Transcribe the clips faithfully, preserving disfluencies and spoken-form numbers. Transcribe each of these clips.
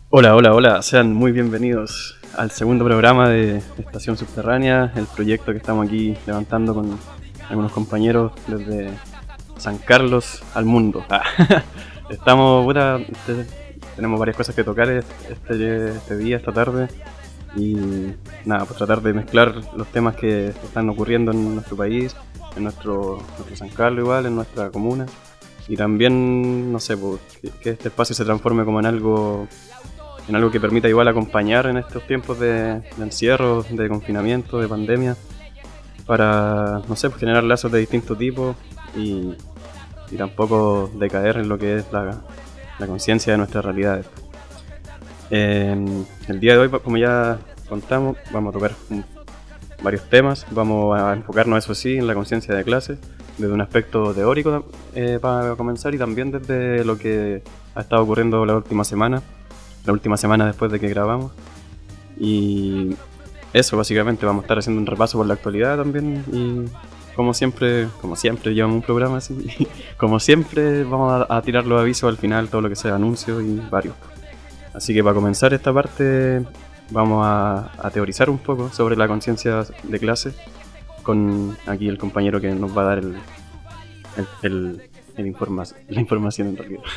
Hola, hola, hola, sean muy bienvenidos al segundo programa de Estación Subterránea, el proyecto que estamos aquí levantando con algunos compañeros desde San Carlos al mundo. Ah, estamos, puta, este, tenemos varias cosas que tocar este, este día, esta tarde, y nada, pues tratar de mezclar los temas que están ocurriendo en nuestro país, en nuestro, nuestro San Carlos igual, en nuestra comuna, y también, no sé, pues, que, que este espacio se transforme como en algo en algo que permita igual acompañar en estos tiempos de, de encierro, de confinamiento, de pandemia, para, no sé, pues generar lazos de distintos tipos y, y tampoco decaer en lo que es la, la conciencia de nuestras realidades. Eh, el día de hoy, como ya contamos, vamos a tocar un, varios temas, vamos a enfocarnos, eso sí, en la conciencia de clase, desde un aspecto teórico eh, para comenzar y también desde lo que ha estado ocurriendo la última semana. La última semana después de que grabamos. Y eso, básicamente, vamos a estar haciendo un repaso por la actualidad también. Y como siempre, como siempre llevamos un programa así. Y como siempre, vamos a, a tirar los avisos al final, todo lo que sea anuncios y varios. Así que para comenzar esta parte, vamos a, a teorizar un poco sobre la conciencia de clase. Con aquí el compañero que nos va a dar el, el, el, el informa la información en realidad.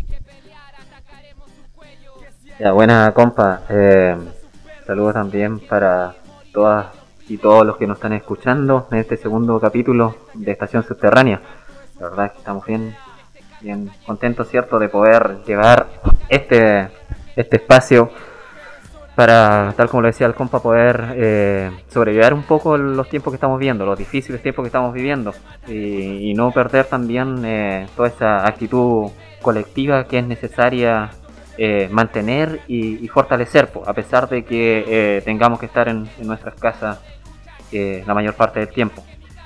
Ya, buena compa, eh, saludos también para todas y todos los que nos están escuchando en este segundo capítulo de Estación Subterránea. La verdad es que estamos bien, bien contentos, ¿cierto?, de poder llevar este, este espacio para, tal como lo decía el compa, poder eh, sobrellevar un poco los tiempos que estamos viviendo, los difíciles tiempos que estamos viviendo y, y no perder también eh, toda esa actitud colectiva que es necesaria Eh, mantener y, y fortalecer, po, a pesar de que eh, tengamos que estar en, en nuestras casas eh, la mayor parte del tiempo.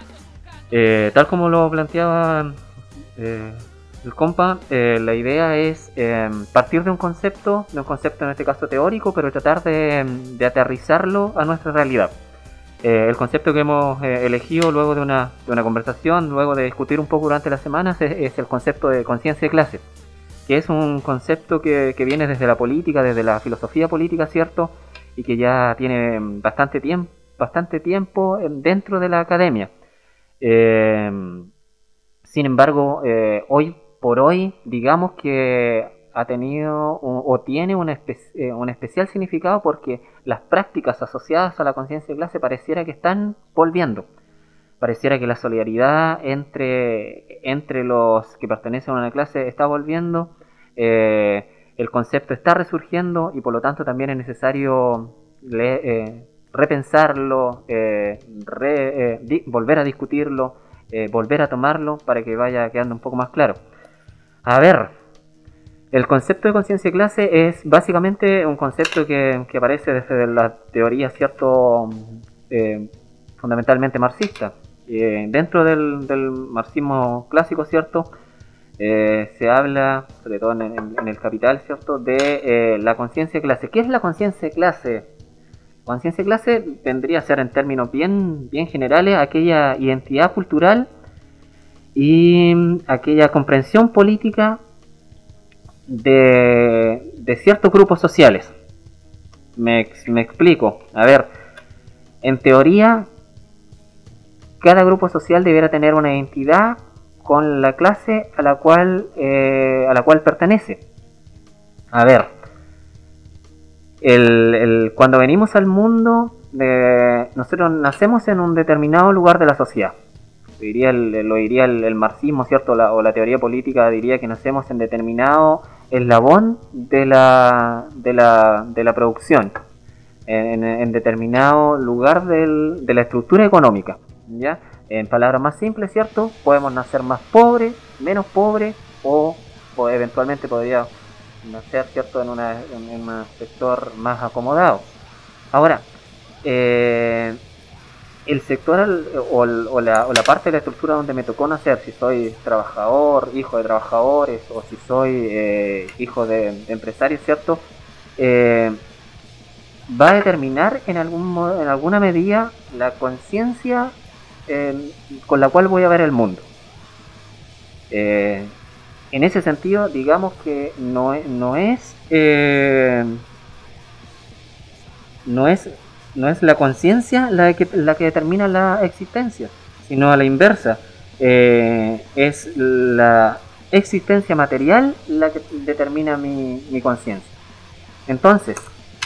Eh, tal como lo planteaba eh, el compa, eh, la idea es eh, partir de un concepto, de un concepto en este caso teórico, pero tratar de, de aterrizarlo a nuestra realidad. Eh, el concepto que hemos eh, elegido luego de una, de una conversación, luego de discutir un poco durante las semanas, es, es el concepto de conciencia de clase, que es un concepto que, que viene desde la política, desde la filosofía política, ¿cierto? Y que ya tiene bastante tiempo, bastante tiempo dentro de la academia. Eh, sin embargo, eh, hoy por hoy, digamos que ha tenido o, o tiene un, espe eh, un especial significado porque las prácticas asociadas a la conciencia de clase pareciera que están volviendo. Pareciera que la solidaridad entre, entre los que pertenecen a una clase está volviendo, eh, el concepto está resurgiendo y por lo tanto también es necesario le, eh, repensarlo, eh, re, eh, di, volver a discutirlo, eh, volver a tomarlo para que vaya quedando un poco más claro. A ver, el concepto de conciencia de clase es básicamente un concepto que, que aparece desde la teoría, ¿cierto?, eh, fundamentalmente marxista. Eh, dentro del, del marxismo clásico, ¿cierto?, eh, se habla, sobre todo en, en, en el Capital, ¿cierto?, de eh, la conciencia de clase. ¿Qué es la conciencia de clase? Conciencia de clase vendría a ser, en términos bien, bien generales, aquella identidad cultural y aquella comprensión política de, de ciertos grupos sociales. Me, me explico. A ver, en teoría, cada grupo social debiera tener una identidad con la clase a la cual, eh, a la cual pertenece. A ver, el, el, cuando venimos al mundo, eh, nosotros nacemos en un determinado lugar de la sociedad. Diría el, lo diría el, el marxismo, ¿cierto? La, o la teoría política diría que nacemos en determinado eslabón de la, de la, de la producción, en, en determinado lugar del, de la estructura económica, ¿ya? En palabras más simples, ¿cierto? Podemos nacer más pobres, menos pobres, o, o eventualmente podría nacer, ¿cierto?, en, una, en un sector más acomodado. Ahora, eh, el sector o, o, la, o la parte de la estructura donde me tocó nacer, si soy trabajador, hijo de trabajadores, o si soy eh, hijo de, de empresarios, ¿cierto?, eh, va a determinar en, algún modo, en alguna medida la conciencia eh, con la cual voy a ver el mundo. Eh, en ese sentido, digamos que no es, no es, eh, no es, no es la conciencia la que, la que determina la existencia, sino a la inversa. Eh, es la existencia material la que determina mi, mi conciencia. Entonces,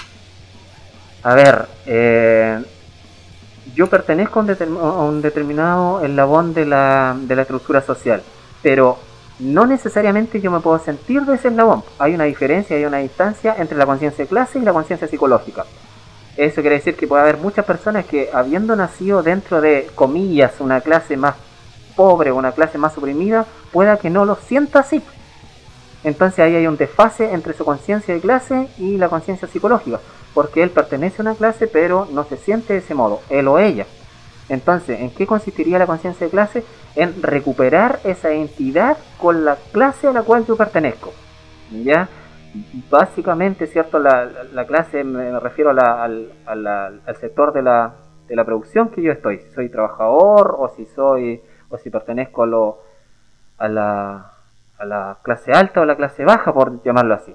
a ver, eh, yo pertenezco a un, determ- a un determinado eslabón de la, de la estructura social, pero no necesariamente yo me puedo sentir de ese eslabón. Hay una diferencia, hay una distancia entre la conciencia de clase y la conciencia psicológica. Eso quiere decir que puede haber muchas personas que, habiendo nacido dentro de, comillas, una clase más pobre o una clase más oprimida, pueda que no lo sienta así. Entonces ahí hay un desfase entre su conciencia de clase y la conciencia psicológica, porque él pertenece a una clase pero no se siente de ese modo, él o ella. Entonces, ¿en qué consistiría la conciencia de clase? En recuperar esa identidad con la clase a la cual yo pertenezco, ¿ya? Básicamente, ¿cierto? La, la, la clase, me refiero a la, al, a la, al sector de la, de la producción que yo estoy, si soy trabajador o si soy o si pertenezco a, lo, a, la, a la clase alta o la clase baja, por llamarlo así.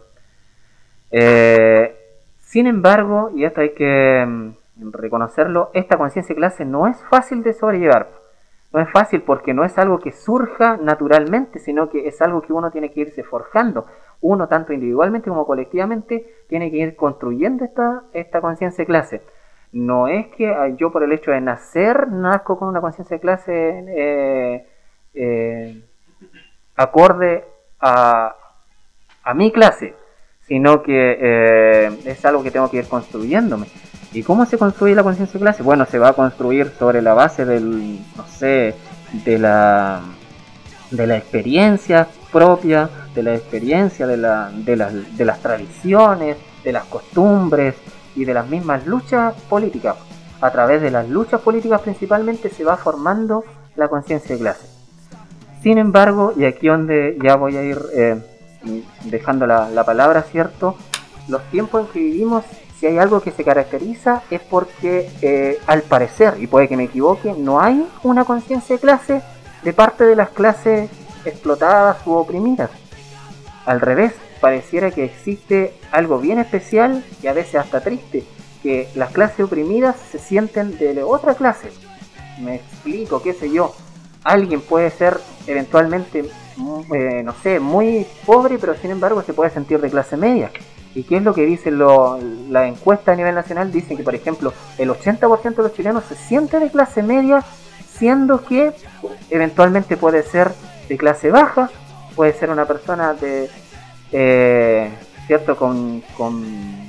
Eh, sin embargo, y esto hay que mm, reconocerlo, esta conciencia de clase no es fácil de sobrellevar. No es fácil porque no es algo que surja naturalmente, sino que es algo que uno tiene que irse forjando. Uno, tanto individualmente como colectivamente, tiene que ir construyendo esta, esta conciencia de clase. No es que yo, por el hecho de nacer, nazco con una conciencia de clase eh, eh, acorde a, a mi clase, sino que eh, es algo que tengo que ir construyéndome. ¿Y cómo se construye la conciencia de clase? Bueno, se va a construir sobre la base del, no sé, de la, de la experiencia propia, de la experiencia de, la, de, las, de las tradiciones, de las costumbres y de las mismas luchas políticas. A través de las luchas políticas principalmente se va formando la conciencia de clase. Sin embargo, y aquí donde ya voy a ir eh, dejando la, la palabra, ¿cierto? Los tiempos en que vivimos, si hay algo que se caracteriza es porque eh, al parecer, y puede que me equivoque, no hay una conciencia de clase de parte de las clases explotadas u oprimidas. Al revés, pareciera que existe algo bien especial y a veces hasta triste, que las clases oprimidas se sienten de otra clase. Me explico, qué sé yo, alguien puede ser eventualmente, eh, no sé, muy pobre, pero sin embargo se puede sentir de clase media. ¿Y qué es lo que dicen lo, la encuesta a nivel nacional? Dicen que, por ejemplo, el ochenta por ciento de los chilenos se siente de clase media, siendo que eventualmente puede ser de clase baja, puede ser una persona de, eh, cierto, con, con,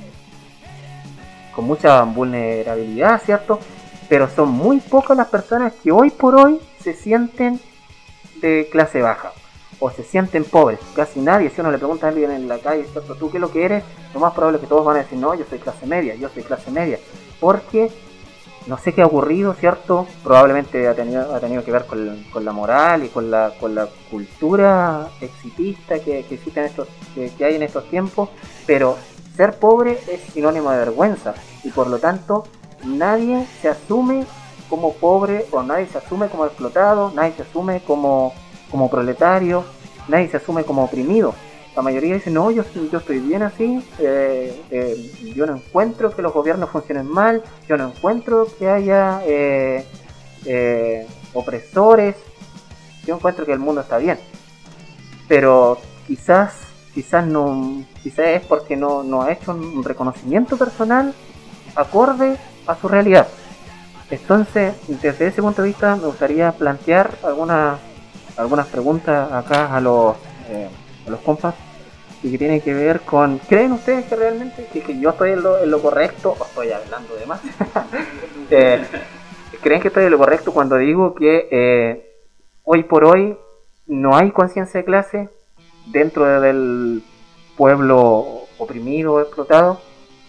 con mucha vulnerabilidad, ¿cierto? Pero son muy pocas las personas que hoy por hoy se sienten de clase baja o se sienten pobres. Casi nadie, si uno le pregunta a alguien en la calle, ¿cierto? ¿Tú qué es lo que eres? Lo más probable es que todos van a decir, no, yo soy clase media, yo soy clase media. Porque no sé qué ha ocurrido, ¿cierto? Probablemente ha tenido, ha tenido que ver con, con la moral y con la, con la cultura exitista que, que, existe en estos, que, que hay en estos tiempos. Pero ser pobre es sinónimo de vergüenza y por lo tanto nadie se asume como pobre o nadie se asume como explotado, nadie se asume como, como proletario, nadie se asume como oprimido. La mayoría dice, no, yo, yo estoy bien así, eh, eh, yo no encuentro que los gobiernos funcionen mal, yo no encuentro que haya eh, eh, opresores, yo encuentro que el mundo está bien. Pero quizás, quizás no, quizás es porque no, no ha hecho un reconocimiento personal acorde a su realidad. Entonces, desde ese punto de vista, me gustaría plantear algunas algunas preguntas acá a los eh, a los compas y que tienen que ver con, ¿creen ustedes que realmente que, que yo estoy en lo, en lo correcto o estoy hablando de más? eh, ¿Creen que estoy en lo correcto cuando digo que eh, hoy por hoy no hay conciencia de clase dentro de, del pueblo oprimido o explotado?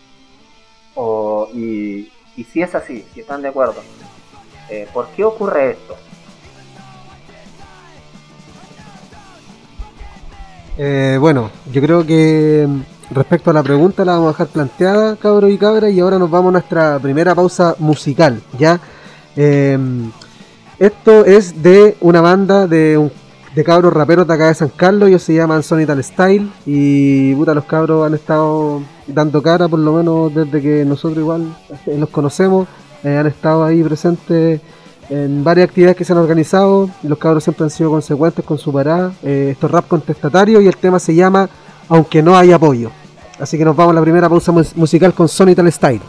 O, y, y si es así, si están de acuerdo, eh, ¿por qué ocurre esto? Eh, bueno, yo creo que respecto a la pregunta la vamos a dejar planteada, cabros y cabras, y ahora nos vamos a nuestra primera pausa musical, ¿ya? Eh, esto es de una banda de, un, de cabros raperos de acá de San Carlos. Ellos se llaman Sonital Style y puta, los cabros han estado dando cara, por lo menos desde que nosotros igual los conocemos. Eh, han estado ahí presentes en varias actividades que se han organizado. Los cabros siempre han sido consecuentes con su parada. Eh, esto es rap contestatario y el tema se llama Aunque no hay apoyo. Así que nos vamos a la primera pausa mus- musical con Sonital Style.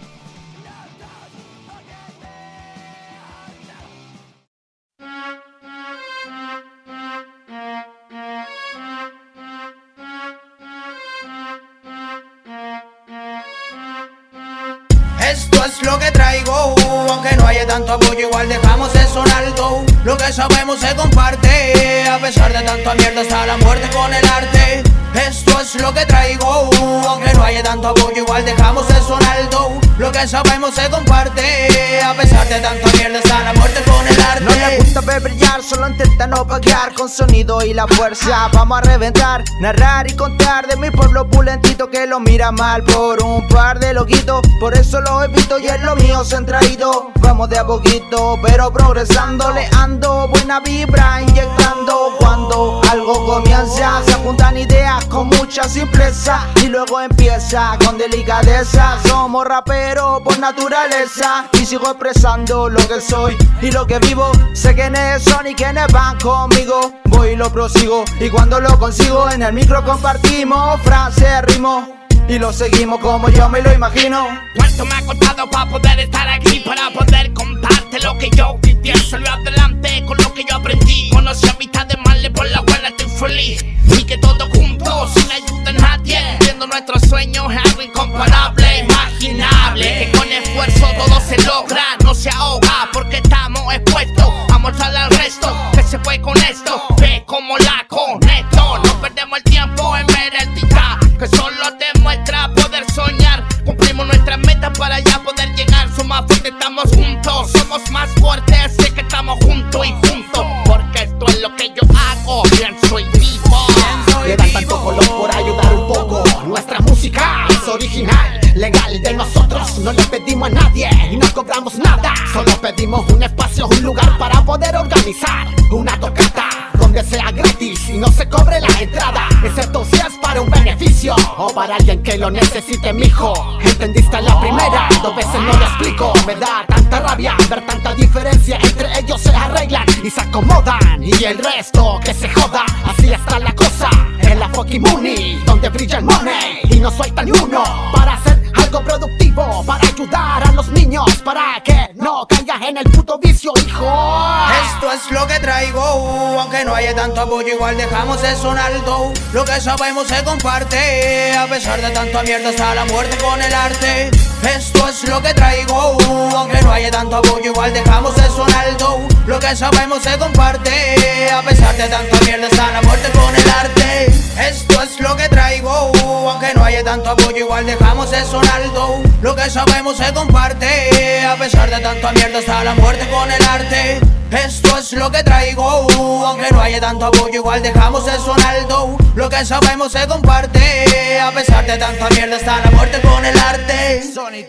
Esto es lo que traigo, aunque no haya tanto apoyo, igual dejamos eso en alto. Lo que sabemos se comparte, a pesar de tanta mierda hasta la muerte con el arte. Esto es lo que traigo, aunque no haya tanto apoyo, igual dejamos eso en alto. Lo que sabemos se comparte, a pesar de tanta mierda hasta la muerte con el arte. No le gusta ver brillar, solo intenta no pagar con sonido y la fuerza. Vamos a reventar, narrar y contar de mi pueblo pulentito que lo mira mal por un par de loquitos. Por eso lo evito y es lo mío centradito. Vamos de a poquito, pero progresando, le ando buena vibra inyectando. Cuando algo comienza, se juntan ideas con mucha simpleza y luego empieza con delicadeza. Somos raperos por naturaleza y sigo expresando lo que soy y lo que vivo. Sé quiénes son y quiénes van conmigo. Voy y lo prosigo y cuando lo consigo en el micro compartimos frase, ritmo y lo seguimos como yo me lo imagino. ¿Cuánto me ha costado para poder estar aquí? Para poder contarte lo que yo viví. Salí adelante con lo que yo aprendí. Conocí a mitad de males por la cual estoy feliz. Y que todos juntos, sin ayuda de nadie, viendo nuestros sueños es algo incomparable, imaginable. Que con esfuerzo todo se logra, no se ahoga porque estamos expuestos a mostrarle al resto que se fue con esto. Ve como la conecto, no perdemos el tiempo en ver el tic-tac, que solo demuestra poder soñar. Cumplimos nuestras metas para ya poder llegar. Somos más fuertes, estamos juntos. Somos más fuertes, sé que estamos juntos y juntos. Porque esto es lo que yo hago, pienso y vivo. Quedan tanto color por ayudar un poco. Nuestra música es original, legal de nosotros. No le pedimos a nadie y no cobramos nada. Solo pedimos un espacio, un lugar para poder organizar una tocata donde sea gratis y no se cobre la entrada, excepto si es para un beneficio o para alguien que lo necesite, mijo. ¿Entendiste a la primera? Dos veces no lo explico. Me da tanta rabia ver tanta diferencia. Entre ellos se arreglan y se acomodan y el resto que se joda. Así está la cosa en la fucking money, donde brilla el money y no suelta ni uno para hacer algo productivo, para ayudar a los niños, para que no caigas en el puto vicio, hijo. Esto es lo que traigo, aunque no haya tanto apoyo, igual dejamos eso en alto. Lo que sabemos se comparte, a pesar de tanta mierda hasta la muerte con el arte. Esto es lo que traigo, aunque no haya tanto apoyo, igual dejamos eso en alto. Lo que sabemos se comparte, a pesar de tanta mierda hasta la muerte con el arte. Esto es lo que traigo, aunque no haya tanto apoyo, igual dejamos eso en alto. Lo que sabemos se comparte, a pesar de tanta mierda hasta la muerte con el arte. Esto es lo que traigo, aunque no haya tanto apoyo, igual dejamos eso en alto. Lo que sabemos se comparte, a pesar de tanta mierda hasta la muerte con el arte.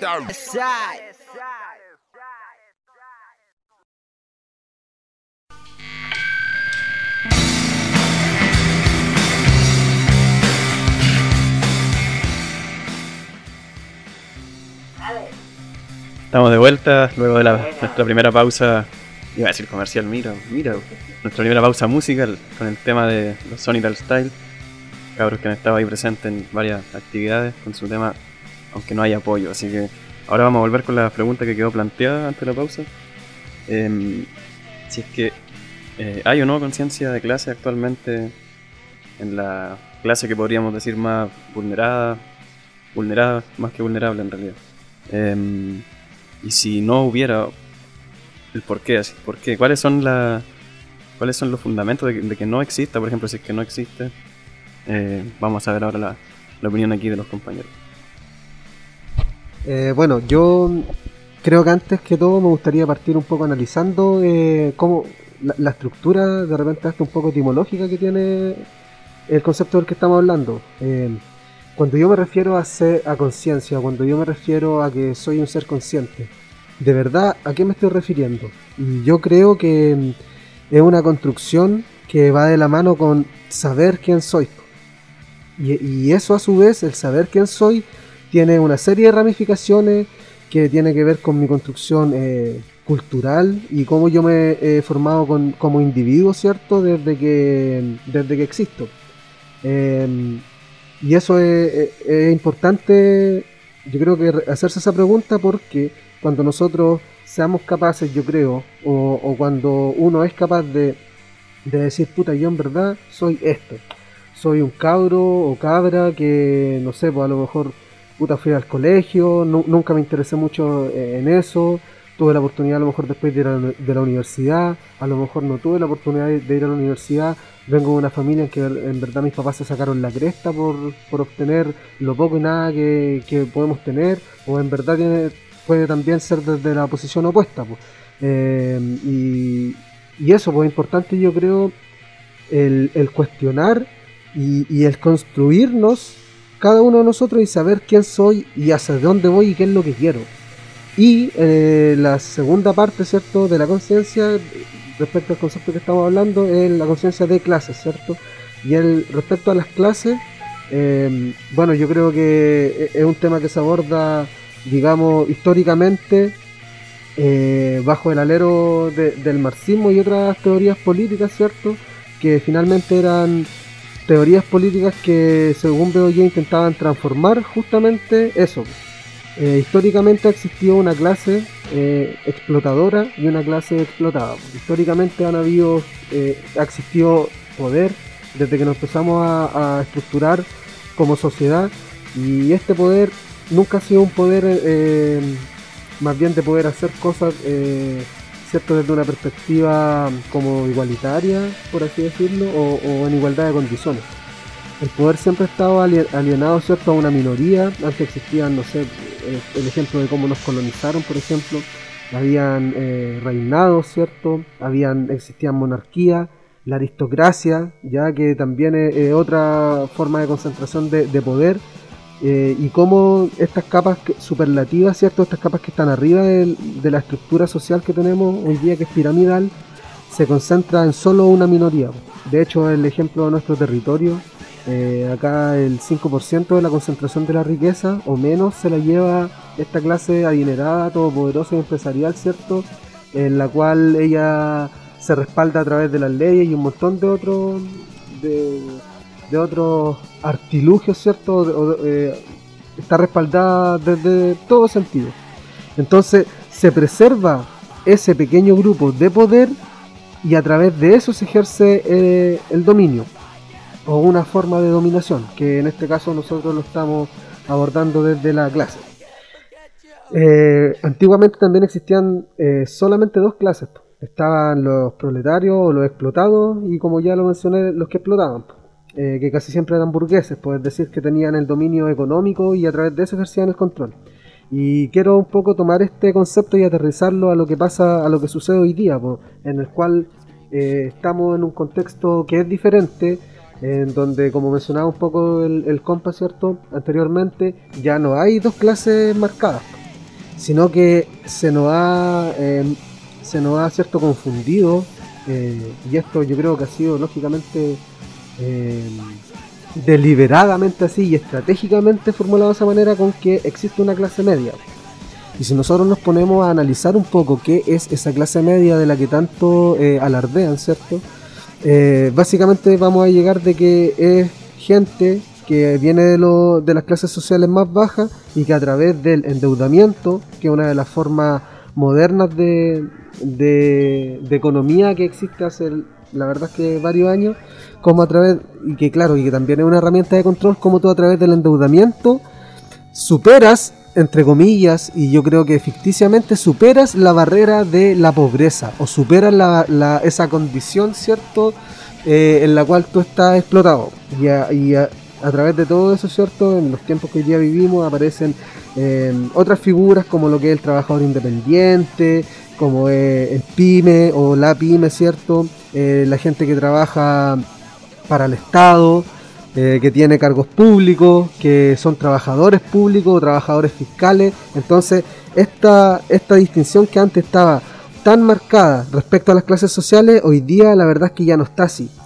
Estamos de vuelta luego de la, nuestra primera pausa, iba a decir comercial, mira, mira, nuestra primera pausa musical con el tema de los Sonital Style, cabros que han estado ahí presentes en varias actividades con su tema Aunque no haya apoyo. Así que ahora vamos a volver con la pregunta que quedó planteada antes de la pausa. Eh, si es que eh, hay o no conciencia de clase actualmente en la clase que podríamos decir más vulnerada, vulnerada más que vulnerable en realidad. Eh, y si no hubiera, el por qué, así, por qué, cuáles son la, cuáles son los fundamentos de que, de que no exista, por ejemplo, si es que no existe. Eh, vamos a ver ahora la, la opinión aquí de los compañeros. Eh, bueno, yo creo que antes que todo me gustaría partir un poco analizando eh, cómo la, la estructura de repente hasta un poco etimológica que tiene el concepto del que estamos hablando. Eh, cuando yo me refiero a ser, a conciencia, cuando yo me refiero a que soy un ser consciente, de verdad, ¿a qué me estoy refiriendo? Y yo creo que es una construcción que va de la mano con saber quién soy. Y, y eso a su vez, el saber quién soy, tiene una serie de ramificaciones que tiene que ver con mi construcción eh, cultural y cómo yo me he formado con, como individuo, ¿cierto? Desde que, desde que existo. Eh, y eso es, es, es importante, yo creo que hacerse esa pregunta, porque cuando nosotros seamos capaces, yo creo, o, o cuando uno es capaz de, de decir, puta, yo en verdad soy esto. Soy un cabro o cabra que, no sé, pues a lo mejor, puta, fui al colegio, nu- nunca me interesé mucho en eso, tuve la oportunidad a lo mejor después de ir a la, de la universidad, a lo mejor no tuve la oportunidad de, de ir a la universidad, vengo de una familia en que en verdad mis papás se sacaron la cresta por, por obtener lo poco y nada que, que podemos tener, o en verdad tiene, puede también ser desde la posición opuesta, pues. Eh, y, y eso, pues es importante, yo creo, el, el cuestionar y, y el construirnos cada uno de nosotros y saber quién soy y hacia dónde voy y qué es lo que quiero. Y eh, la segunda parte, ¿cierto?, de la conciencia respecto al concepto que estamos hablando es la conciencia de clases, ¿cierto? Y el respecto a las clases, eh, bueno, yo creo que es un tema que se aborda, digamos, históricamente eh, bajo el alero de, del marxismo y otras teorías políticas, ¿cierto?, que finalmente eran teorías políticas que, según veo yo, intentaban transformar justamente eso. Eh, históricamente ha existido una clase eh, explotadora y una clase explotada. Históricamente han habido, eh, ha existido poder desde que nos empezamos a, a estructurar como sociedad, y este poder nunca ha sido un poder eh, más bien de poder hacer cosas eh, cierto, desde una perspectiva como igualitaria, por así decirlo, o, o en igualdad de condiciones. El poder siempre ha estado alienado, ¿cierto?, a una minoría. Antes existían, no sé, el ejemplo de cómo nos colonizaron, por ejemplo. Habían eh, reinados, ¿cierto? Habían, existían monarquías, la aristocracia, ya que también es, es otra forma de concentración de, de poder. Eh, y cómo estas capas superlativas, ¿cierto?, estas capas que están arriba de, de la estructura social que tenemos hoy día, que es piramidal, se concentra en solo una minoría. De hecho, el ejemplo de nuestro territorio, eh, acá el cinco por ciento de la concentración de la riqueza o menos se la lleva esta clase adinerada, todopoderosa y empresarial, ¿cierto?, en la cual ella se respalda a través de las leyes y un montón de otros de, de otros artilugios, ¿cierto?, o, eh, está respaldada desde todo sentido. Entonces se preserva ese pequeño grupo de poder y a través de eso se ejerce eh, el dominio o una forma de dominación, que en este caso nosotros lo estamos abordando desde la clase. Eh, antiguamente también existían eh, solamente dos clases. Estaban los proletarios o los explotados y, como ya lo mencioné, los que explotaban, eh, que casi siempre eran burgueses, pues decir que tenían el dominio económico y a través de eso ejercían el control. Y quiero un poco tomar este concepto y aterrizarlo a lo que pasa, a lo que sucede hoy día, pues, en el cual eh, estamos en un contexto que es diferente, en donde, como mencionaba un poco el, el compa, ¿cierto?, anteriormente, ya no hay dos clases marcadas, sino que se nos ha, eh, se nos ha cierto, confundido, eh, y esto yo creo que ha sido lógicamente eh, deliberadamente así y estratégicamente formulado de esa manera, con que existe una clase media. Y si nosotros nos ponemos a analizar un poco qué es esa clase media de la que tanto eh, alardean, ¿cierto?, Eh, básicamente vamos a llegar de que es gente que viene de, lo, de las clases sociales más bajas y que a través del endeudamiento, que es una de las formas modernas de, de, de economía que existe hace, la verdad es que varios años, como a través, y que claro, y que también es una herramienta de control, como tú a través del endeudamiento superas, entre comillas, y yo creo que ficticiamente superas la barrera de la pobreza, o superas la, la, esa condición, ¿cierto?, eh, en la cual tú estás explotado. Y, a, y a, a través de todo eso, ¿cierto?, en los tiempos que hoy día vivimos aparecen eh, otras figuras como lo que es el trabajador independiente, como es el pyme o la pyme, ¿cierto?, eh, la gente que trabaja para el Estado, Eh, que tiene cargos públicos, que son trabajadores públicos o trabajadores fiscales. Entonces esta, esta distinción que antes estaba tan marcada respecto a las clases sociales, hoy día la verdad es que ya no está así.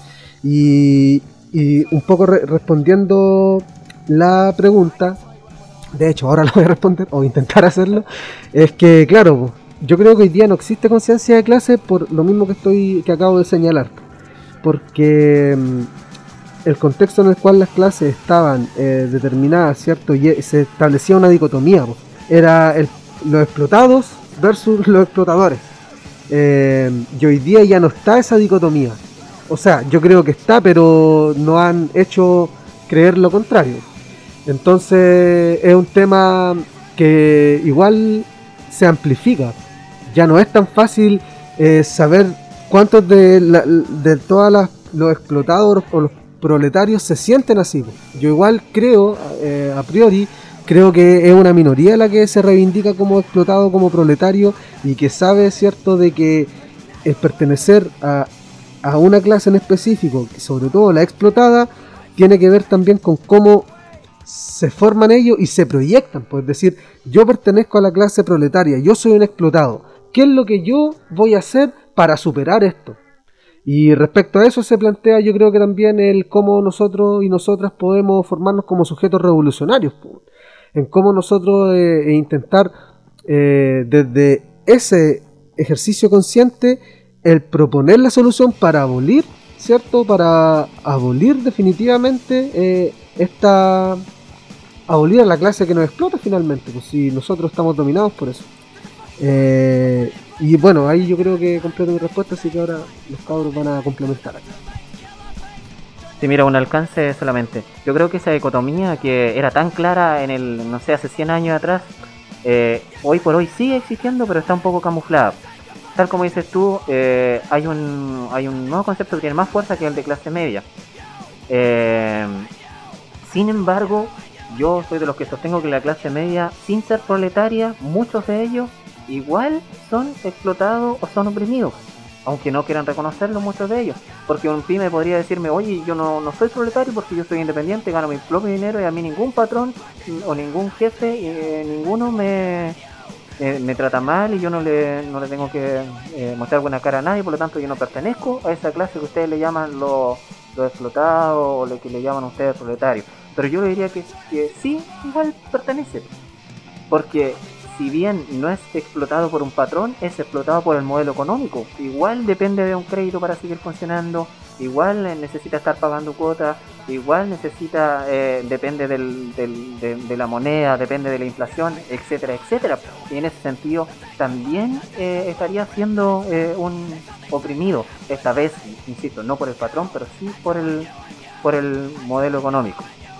Y, y un poco re- respondiendo la pregunta, de hecho ahora la voy a responder o intentar hacerlo, es que claro, yo creo que hoy día no existe conciencia de clase por lo mismo que estoy que acabo de señalar, porque el contexto en el cual las clases estaban eh, determinadas, ¿cierto? Y se establecía una dicotomía, pues. Era el, los explotados versus los explotadores. Eh, y hoy día ya no está esa dicotomía. O sea, yo creo que está, pero no han hecho creer lo contrario. Entonces es un tema que igual se amplifica. Ya no es tan fácil eh, saber cuántos de, la, de todas las los explotados o los proletarios se sienten así. Yo igual creo, eh, a priori, creo que es una minoría la que se reivindica como explotado, como proletario, y que sabe, cierto, de que el pertenecer a, a una clase en específico, sobre todo la explotada, tiene que ver también con cómo se forman ellos y se proyectan. Pues es decir, yo pertenezco a la clase proletaria, yo soy un explotado. ¿Qué es lo que yo voy a hacer para superar esto? Y respecto a eso se plantea, yo creo que también el cómo nosotros y nosotras podemos formarnos como sujetos revolucionarios, en cómo nosotros eh, intentar eh, desde ese ejercicio consciente el proponer la solución para abolir, ¿cierto? Para abolir definitivamente eh, esta abolir a la clase que nos explota finalmente, pues si nosotros estamos dominados por eso. Eh, y bueno, ahí yo creo que completo mi respuesta, así que ahora los cabros van a complementar aquí. Sí, mira, un alcance solamente. Yo creo que esa dicotomía que era tan clara en el, no sé, hace cien años atrás, eh, hoy por hoy sigue existiendo, pero está un poco camuflada. Tal como dices tú, eh, hay un hay un nuevo concepto que tiene más fuerza que el de clase media. Eh, sin embargo, yo soy de los que sostengo que la clase media, sin ser proletaria, muchos de ellos igual son explotados o son oprimidos, aunque no quieran reconocerlo muchos de ellos, porque un pyme podría decirme, oye, yo no, no soy proletario porque yo soy independiente, gano mi propio dinero y a mí ningún patrón o ningún jefe, eh, ninguno me, eh, me trata mal y yo no le, no le tengo que eh, mostrar buena cara a nadie, por lo tanto yo no pertenezco a esa clase que ustedes le llaman los lo explotados o lo que le llaman ustedes proletarios. Pero yo le diría que, que sí, igual pertenece, porque si bien no es explotado por un patrón, es explotado por el modelo económico. Igual depende de un crédito para seguir funcionando, igual necesita estar pagando cuotas, igual necesita, eh, depende del, del, de, de la moneda, depende de la inflación, etcétera, etcétera. Y en ese sentido también eh, estaría siendo eh, un oprimido, esta vez, insisto, no por el patrón, pero sí por el, por el modelo económico.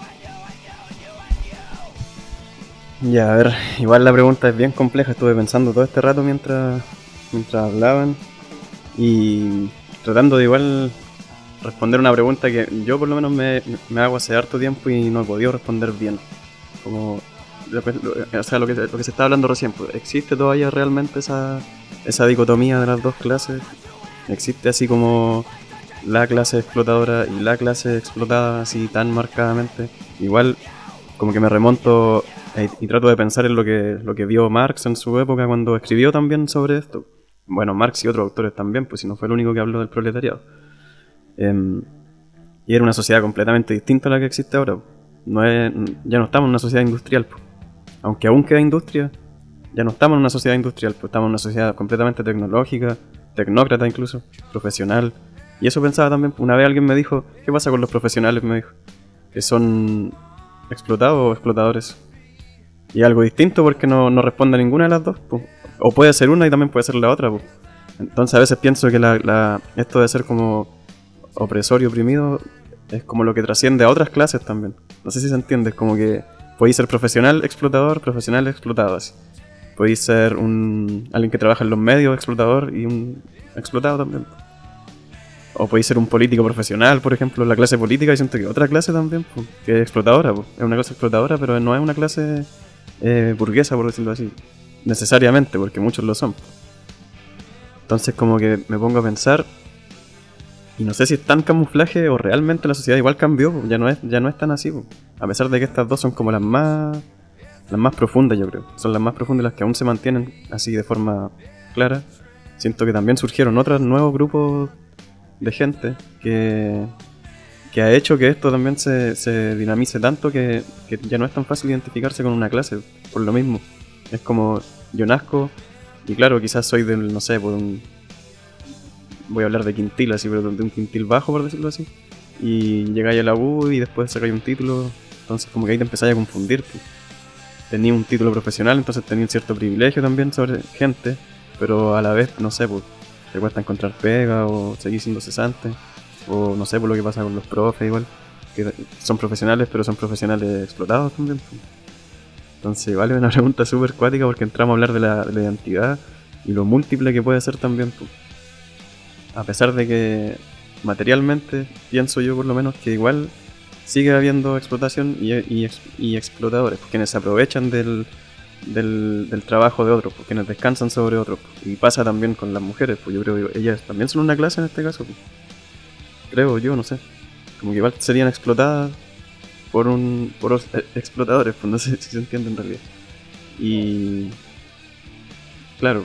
Ya, a ver, igual la pregunta es bien compleja, estuve pensando todo este rato mientras, mientras hablaban y tratando de igual responder una pregunta que yo por lo menos me, me hago hace harto tiempo y no he podido responder bien. Como, o sea, lo que, lo que se está hablando recién, pues, ¿existe todavía realmente esa, esa dicotomía de las dos clases? ¿Existe así como la clase explotadora y la clase explotada así tan marcadamente? Igual como que me remonto y trato de pensar en lo que, lo que vio Marx en su época cuando escribió también sobre esto. Bueno, Marx y otros autores también, pues si no fue el único que habló del proletariado. Eh, y era una sociedad completamente distinta a la que existe ahora. No es, ya no estamos en una sociedad industrial, pues. Aunque aún queda industria, ya no estamos en una sociedad industrial, pues estamos en una sociedad completamente tecnológica, tecnócrata incluso, profesional. Y eso pensaba también, una vez alguien me dijo, ¿qué pasa con los profesionales? Me dijo, que son explotados o explotadores. Y algo distinto porque no, no responde a ninguna de las dos, pues. O puede ser una y también puede ser la otra, pues. Entonces a veces pienso que la, la, esto de ser como opresor y oprimido es como lo que trasciende a otras clases también. No sé si se entiende, es como que podéis ser profesional explotador, profesional explotado, así. Podéis ser un alguien que trabaja en los medios explotador y un explotado también. O podéis ser un político profesional, por ejemplo, la clase política, y siento que otra clase también, pues, que es explotadora, pues. Es una clase explotadora, pero no es una clase eh, burguesa, por decirlo así, necesariamente, porque muchos lo son. Entonces como que me pongo a pensar y no sé si es tan camuflaje o realmente la sociedad igual cambió, pues. ya no es ya no es tan así, pues. A pesar de que estas dos son como las más las más profundas, yo creo, son las más profundas, las que aún se mantienen así de forma clara. Siento que también surgieron otros nuevos grupos de gente que, que ha hecho que esto también se, se dinamice tanto que, que ya no es tan fácil identificarse con una clase, por lo mismo. Es como, yo nazco, y claro, quizás soy del, no sé, por un... voy a hablar de quintil así, pero de un quintil bajo, por decirlo así. Y llegáis a la U y después sacáis un título, entonces como que ahí te empezáis a confundir. Pues. Tenía un título profesional, entonces tenía un cierto privilegio también sobre gente, pero a la vez, no sé, pues, te cuesta encontrar pega o seguir siendo cesante, o no sé, por lo que pasa con los profes igual, que son profesionales, pero son profesionales explotados también. Pues. Entonces igual es una pregunta súper cuática porque entramos a hablar de la, de la identidad y lo múltiple que puede ser también. Pues. A pesar de que materialmente, pienso yo por lo menos, que igual sigue habiendo explotación y, y, y explotadores, pues, quienes se aprovechan del, del, del trabajo de otros, pues, quienes descansan sobre otros. Pues. Y pasa también con las mujeres, pues yo creo que ellas también son una clase en este caso. Pues. Creo yo, no sé. Como que igual serían explotadas por un por los explotadores, pues no sé si se entiende en realidad. Y... Claro.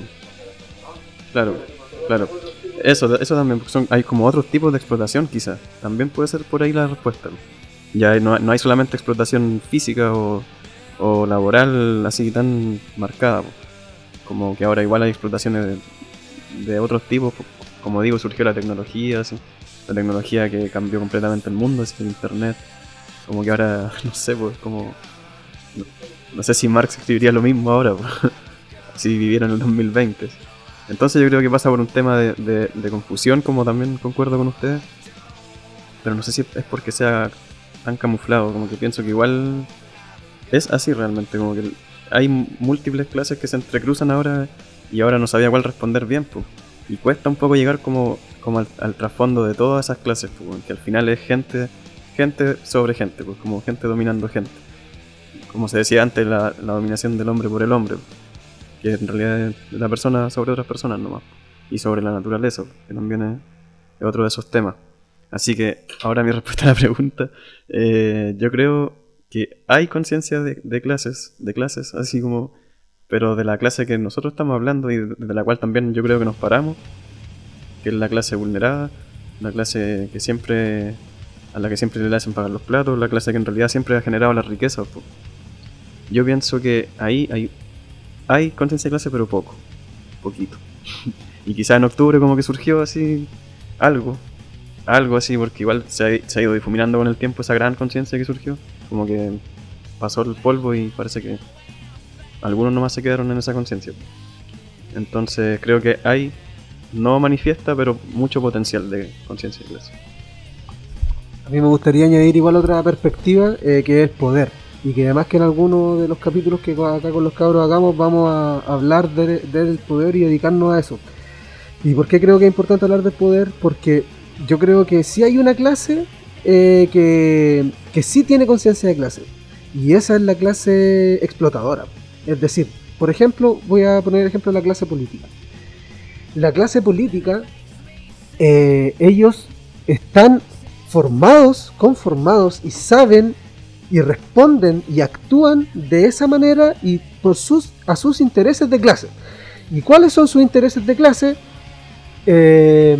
Claro, claro. Eso, eso también, porque son, hay como otros tipos de explotación quizás. También puede ser por ahí la respuesta. Ya no, no hay solamente explotación física o, o laboral así tan marcada. Como que ahora igual hay explotaciones de, de otros tipos. Como digo, surgió la tecnología, así. La tecnología que cambió completamente el mundo, así, el internet. Como que ahora, no sé, pues como... No, no sé si Marx escribiría lo mismo ahora, pues, si viviera en el dos mil veinte. Entonces yo creo que pasa por un tema de, de, de confusión, como también concuerdo con ustedes. Pero no sé si es porque sea tan camuflado, como que pienso que igual es así realmente, como que hay múltiples clases que se entrecruzan ahora y ahora no sabía cuál responder bien, pues. Y cuesta un poco llegar como, como al, al trasfondo de todas esas clases, pues, que al final es gente, gente sobre gente, pues, como gente dominando gente. Como se decía antes, la, la dominación del hombre por el hombre, pues. Que en realidad es la persona sobre otras personas nomás, y sobre la naturaleza, que también es, es otro de esos temas. Así que ahora mi respuesta a la pregunta, eh, yo creo que hay conciencia de, de clases, de clases, así como, pero de la clase que nosotros estamos hablando y de, de la cual también yo creo que nos paramos, que es la clase vulnerada, la clase que siempre, a la que siempre le hacen pagar los platos, la clase que en realidad siempre ha generado la riqueza. Pues. Yo pienso que ahí hay Hay conciencia de clase, pero poco, poquito. Y quizás en octubre como que surgió así algo, algo así, porque igual se ha, se ha ido difuminando con el tiempo esa gran conciencia que surgió. Como que pasó el polvo y parece que algunos nomás se quedaron en esa conciencia. Entonces creo que hay, no manifiesta, pero mucho potencial de conciencia de clase. A mí me gustaría añadir igual otra perspectiva, eh, que es el poder. Y que además que en algunos de los capítulos que acá con los cabros hagamos vamos a hablar de, del poder y dedicarnos a eso. ¿Y por qué creo que es importante hablar del poder? Porque yo creo que sí hay una clase eh, que, que sí tiene conciencia de clase. Y esa es la clase explotadora. Es decir, por ejemplo, voy a poner el ejemplo de la clase política. La clase política, eh, ellos están formados, conformados y saben y responden y actúan de esa manera y por sus, a sus intereses de clase. ¿Y cuáles son sus intereses de clase? Eh,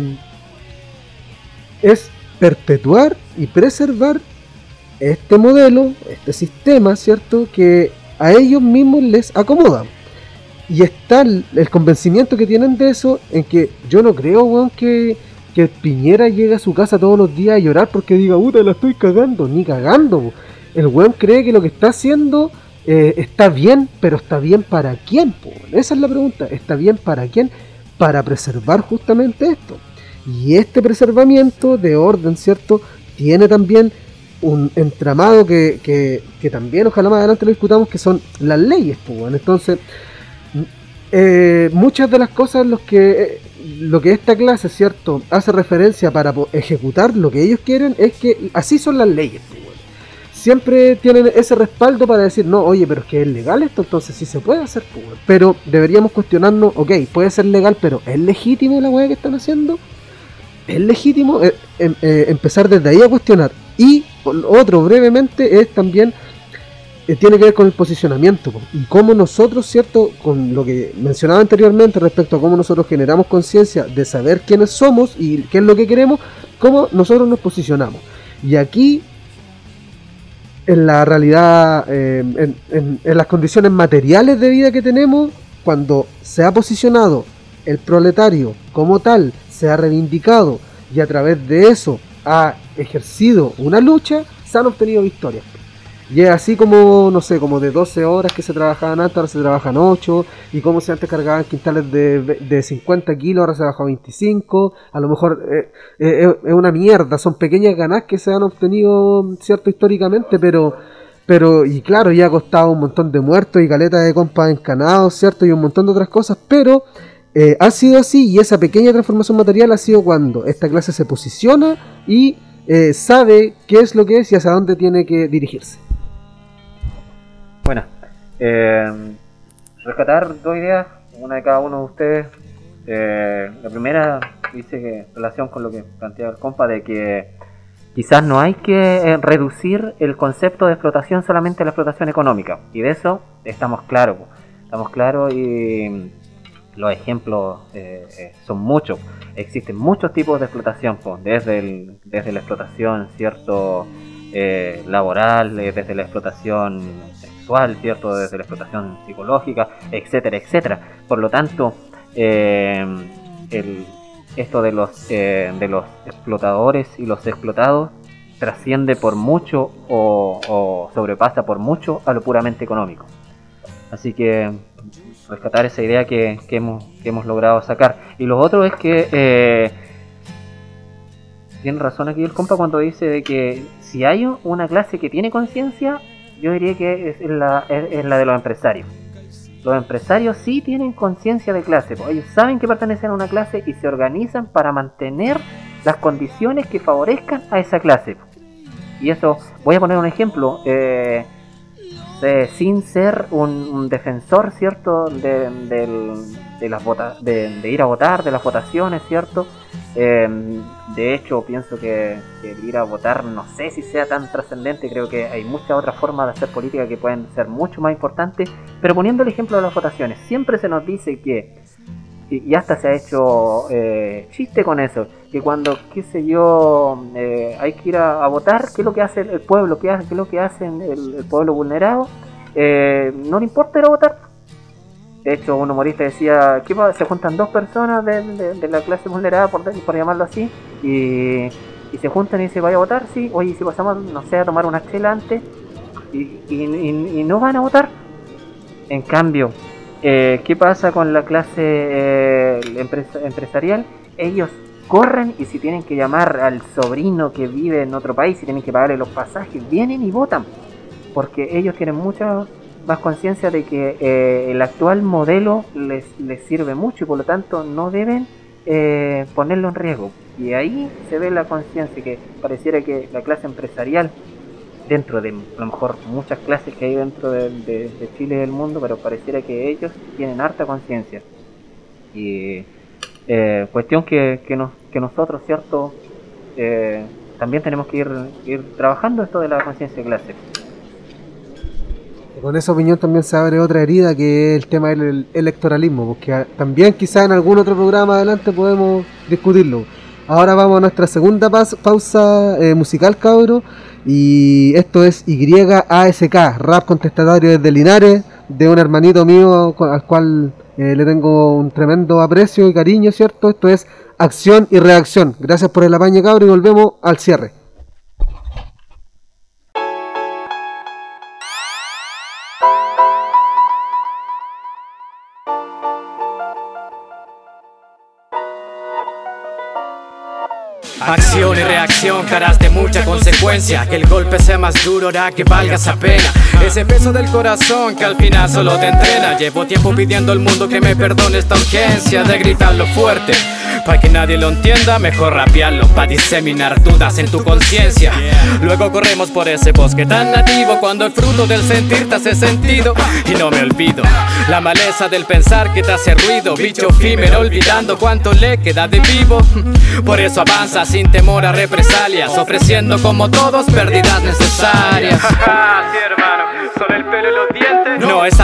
es perpetuar y preservar este modelo, este sistema, ¿cierto? Que a ellos mismos les acomoda. Y está el, el convencimiento que tienen de eso, en que yo no creo, weón, que, que Piñera llegue a su casa todos los días a llorar porque diga, puta, la estoy cagando, ni cagando, weón. El weón cree que lo que está haciendo eh, está bien, pero ¿está bien para quién? Po? Esa es la pregunta. ¿Está bien para quién? Para preservar justamente esto. Y este preservamiento de orden, ¿cierto? Tiene también un entramado que, que, que también ojalá más adelante lo discutamos, que son las leyes. Po? Entonces, eh, muchas de las cosas los que, eh, lo que esta clase, ¿cierto?, hace referencia para ejecutar lo que ellos quieren es que así son las leyes. Po? Siempre tienen ese respaldo para decir, no, oye, pero es que es legal esto, entonces sí se puede hacer, pues. Pero deberíamos cuestionarnos, ok, puede ser legal, pero ¿es legítimo la weá que están haciendo? ¿Es legítimo? Eh, eh, eh, empezar desde ahí a cuestionar. Y otro, brevemente, es también, eh, tiene que ver con el posicionamiento, pues. Y cómo nosotros, ¿cierto?, con lo que mencionaba anteriormente respecto a cómo nosotros generamos conciencia de saber quiénes somos y qué es lo que queremos, cómo nosotros nos posicionamos. Y aquí, en la realidad, eh, en, en, en las condiciones materiales de vida que tenemos, cuando se ha posicionado el proletario como tal, se ha reivindicado y a través de eso ha ejercido una lucha, se han obtenido victorias. Y es así como, no sé, como de doce horas que se trabajaban antes, ahora se trabajan ocho, y como si antes cargaban quintales de, de cincuenta kilos, ahora se bajó a veinticinco, a lo mejor eh, eh, es una mierda, son pequeñas ganas que se han obtenido, cierto, históricamente, pero, pero y claro, ya ha costado un montón de muertos y caletas de compas encanados, cierto, y un montón de otras cosas, pero eh, ha sido así, y esa pequeña transformación material ha sido cuando esta clase se posiciona y eh, sabe qué es lo que es y hacia dónde tiene que dirigirse. Bueno, eh, rescatar dos ideas, una de cada uno de ustedes. Eh, la primera dice que en relación con lo que plantea el compa, de que quizás no hay que eh, reducir el concepto de explotación solamente a la explotación económica, y de eso estamos claros, estamos claros y los ejemplos eh, eh, son muchos. Existen muchos tipos de explotación, pues, desde, el, desde la explotación, cierto, eh, laboral, eh, desde la explotación sexual, cierto, desde la explotación psicológica, etcétera, etcétera. Por lo tanto, eh, el, esto de los eh, de los explotadores y los explotados trasciende por mucho o, o sobrepasa por mucho a lo puramente económico. Así que rescatar esa idea que, que, hemos, que hemos logrado sacar. Y lo otro es que eh, tiene razón aquí el compa cuando dice de que si hay una clase que tiene conciencia, yo diría que es la, es, es la de los empresarios. Los empresarios sí tienen conciencia de clase, pues ellos saben que pertenecen a una clase y se organizan para mantener las condiciones que favorezcan a esa clase. Y eso, voy a poner un ejemplo, eh, de, sin ser un, un defensor, cierto, de, de, de, las vota, de, de ir a votar, de las votaciones, cierto. Eh, de hecho, pienso que, que el ir a votar no sé si sea tan trascendente. Creo que hay muchas otras formas de hacer política que pueden ser mucho más importantes. Pero poniendo el ejemplo de las votaciones, siempre se nos dice que, y hasta se ha hecho eh, chiste con eso, que cuando, qué sé yo, eh, hay que ir a, a votar, ¿qué es lo que hace el pueblo? ¿Qué, hace, qué es lo que hace el, el pueblo vulnerado? Eh, no le importa ir a votar. De hecho, un humorista decía que se juntan dos personas de, de, de la clase vulnerada, por, por llamarlo así, y, y se juntan y dicen, vaya a votar, sí, oye, si pasamos, no sé, a tomar una chela antes, y, y, y, y no van a votar. En cambio, eh, ¿qué pasa con la clase eh, empresa, empresarial? Ellos corren y si tienen que llamar al sobrino que vive en otro país, si tienen que pagarle los pasajes, vienen y votan, porque ellos tienen mucha más conciencia de que eh, el actual modelo les, les sirve mucho y por lo tanto no deben eh, ponerlo en riesgo. Y ahí se ve la conciencia, que pareciera que la clase empresarial, dentro de a lo mejor muchas clases que hay dentro de, de, de Chile y del mundo, pero pareciera que ellos tienen harta conciencia. Y eh, cuestión que, que, nos, que nosotros, cierto, eh, también tenemos que ir, ir trabajando esto de la conciencia de clase. Con esa opinión también se abre otra herida, que es el tema del electoralismo, porque también quizás en algún otro programa adelante podemos discutirlo. Ahora vamos a nuestra segunda pausa eh, musical, cabro, y esto es Y A S K, rap contestatario desde Linares, de un hermanito mío al cual eh, le tengo un tremendo aprecio y cariño, ¿cierto? Esto es Acción y Reacción. Gracias por el apaño, cabro, y volvemos al cierre. Acción y reacción, caras de mucha consecuencia. Que el golpe sea más duro hará que valga esa pena. Ese peso del corazón que al final solo te entrena. Llevo tiempo pidiendo al mundo que me perdone esta urgencia de gritarlo fuerte. Para que nadie lo entienda, mejor rapearlo, para diseminar dudas en tu conciencia. Luego corremos por ese bosque tan nativo, cuando el fruto del sentir te hace sentido. Y no me olvido la maleza del pensar que te hace ruido. Bicho efímero olvidando cuánto le queda de vivo. Por eso avanza sin temor a represalias, ofreciendo como todos pérdidas necesarias. Sí, hermano, solo el pelo y los dientes. No es algo más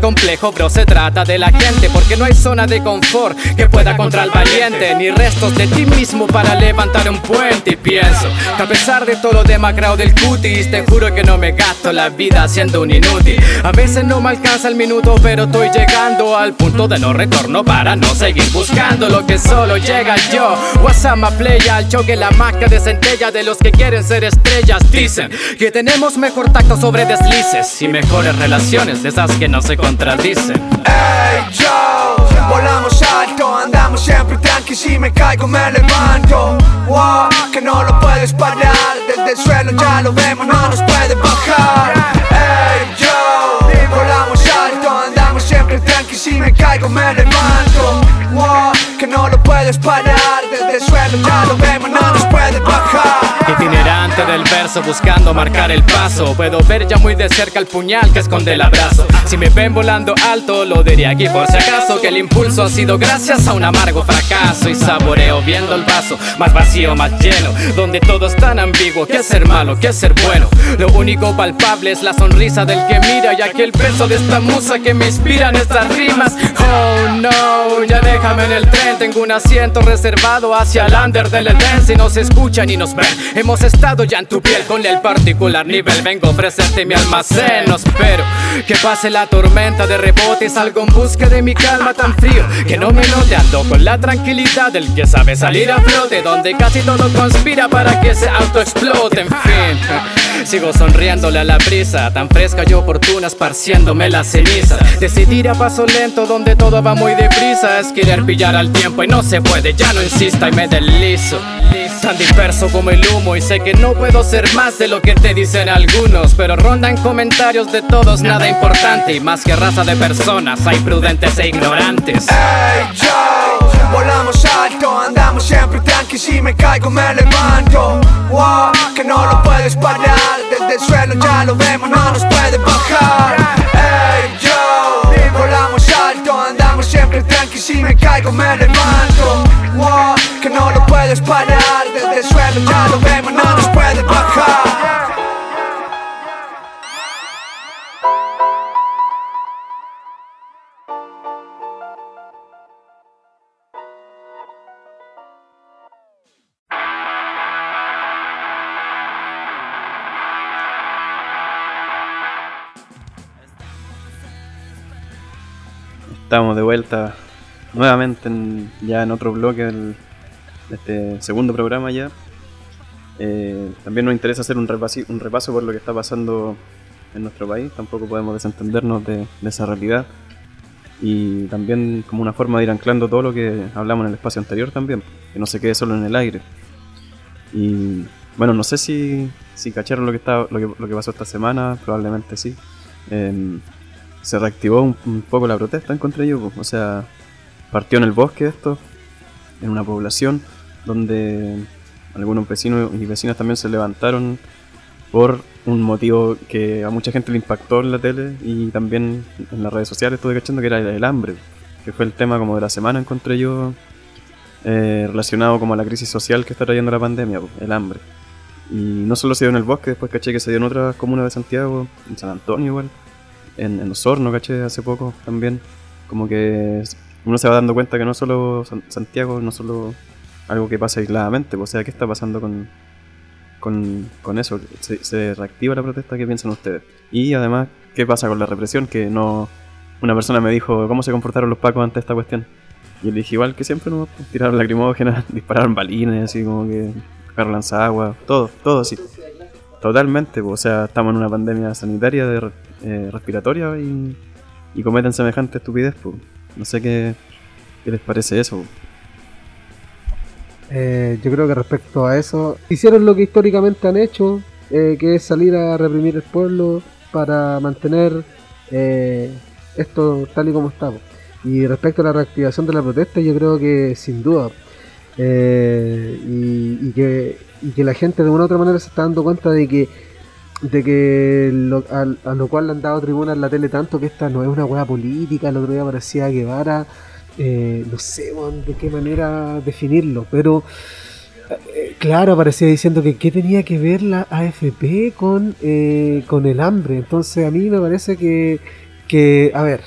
complejo, bro, se trata de la gente, porque no hay zona de confort que pueda contra el valiente, ni restos de ti mismo para levantar un puente. Y pienso que a pesar de todo lo demacrado del cutis, te juro que no me gasto la vida siendo un inútil. A veces no me alcanza el minuto, pero estoy llegando al punto de no retorno para no seguir buscando lo que solo llega yo. WhatsApp me playa al choque, la marca de centella de los que quieren ser estrellas. Dicen que tenemos mejor tacto sobre deslices y mejores relaciones de esas que no se contradicen. Hey yo, volamos alto, andamos siempre tranqui, si me caigo me levanto. Wow, que no lo puedes parar, desde el suelo ya lo vemos, no nos puede bajar. Hey yo, volamos alto, andamos siempre tranqui, si me caigo me levanto. Wow, que no lo puedes parar, desde el suelo ya lo vemos, no nos puede bajar. Itinerante del verso buscando marcar el paso, puedo ver ya muy de cerca el puñal que esconde el abrazo. Si me ven volando alto lo diré aquí por si acaso, que el impulso ha sido gracias a un amargo fracaso. Y saboreo viendo el vaso más vacío, más lleno, donde todo es tan ambiguo, que ser malo, que ser bueno. Lo único palpable es la sonrisa del que mira y aquel peso de esta musa que me inspira en estas rimas. Oh no, ya déjame en el tren, tengo un asiento reservado hacia el under del Edén. Si nos escuchan y nos ven, hemos estado ya en tu piel con el particular nivel. Vengo a ofrecerte mi almacén, no espero que pase la tormenta de rebote, salgo en busca de mi calma tan frío que no me note. Ando con la tranquilidad del que sabe salir a flote, donde casi todo conspira para que se autoexplote. En fin, sigo sonriéndole a la brisa, tan fresca y oportuna, esparciéndome las cenizas. Decidir a paso lento donde todo va muy deprisa, es querer pillar al tiempo y no se puede, ya no insista y me deslizo. Tan disperso como el humo y sé que no puedo ser más de lo que te dicen algunos, pero rondan comentarios de todos, nada importante. Y más que raza de personas hay prudentes e ignorantes. Hey yo, volamos alto, andamos siempre tranqui, si me caigo me levanto. Wow, que no lo puedes parar, desde el suelo ya lo vemos, no nos puede bajar. Hey yo, volamos alto, andamos siempre tranqui, si me caigo me levanto. Wow, que no lo puedes parar, desde el suelo ya lo vemos, no nos puede bajar. Estamos de vuelta nuevamente en, ya en otro bloque del, de este segundo programa ya. Eh, también nos interesa hacer un repaso, un repaso por lo que está pasando en nuestro país. Tampoco podemos desentendernos de, de esa realidad. Y también como una forma de ir anclando todo lo que hablamos en el espacio anterior también, que no se quede solo en el aire. Y bueno, no sé si, si cacharon lo que, está, lo, que, lo que pasó esta semana, probablemente sí. Eh, se reactivó un, un poco la protesta, encontré yo. O sea, partió en el bosque esto, en una población donde algunos vecinos y vecinas también se levantaron por un motivo que a mucha gente le impactó en la tele y también en las redes sociales. Estuve cachando que era el hambre, que fue el tema como de la semana, encontré yo, eh, relacionado como a la crisis social que está trayendo la pandemia, el hambre. Y no solo se dio en el bosque, después caché que se dio en otras comunas de Santiago, en San Antonio igual, en, en Osorno caché hace poco también. Como que uno se va dando cuenta que no solo San, Santiago, no solo algo que pasa aisladamente, o sea, ¿qué está pasando con, con, con eso? ¿Se, ¿Se reactiva la protesta? ¿Qué piensan ustedes? Y además, ¿qué pasa con la represión? Que no... Una persona me dijo, ¿cómo se comportaron los pacos ante esta cuestión? Y yo le dije, igual que siempre, ¿no? Tiraron lacrimógenas, dispararon balines, así como que... Carro lanzagua, todo, todo así. Totalmente, o sea, estamos en una pandemia sanitaria de, eh, respiratoria y, y cometen semejante estupidez, pues. No sé qué, qué les parece eso. Eh, yo creo que respecto a eso, hicieron lo que históricamente han hecho, eh, que es salir a reprimir el pueblo para mantener eh, esto tal y como está. Y respecto a la reactivación de la protesta, yo creo que sin duda, eh, y, y, que, y que la gente de una u otra manera se está dando cuenta de que de que lo, a, a lo cual le han dado tribuna en la tele tanto, que esta no es una hueá política. El otro día parecía Guevara, eh, no sé bueno, de qué manera definirlo, pero eh, claro, aparecía diciendo que qué tenía que ver la A F P con, eh, con el hambre. Entonces a mí me parece que, que a ver,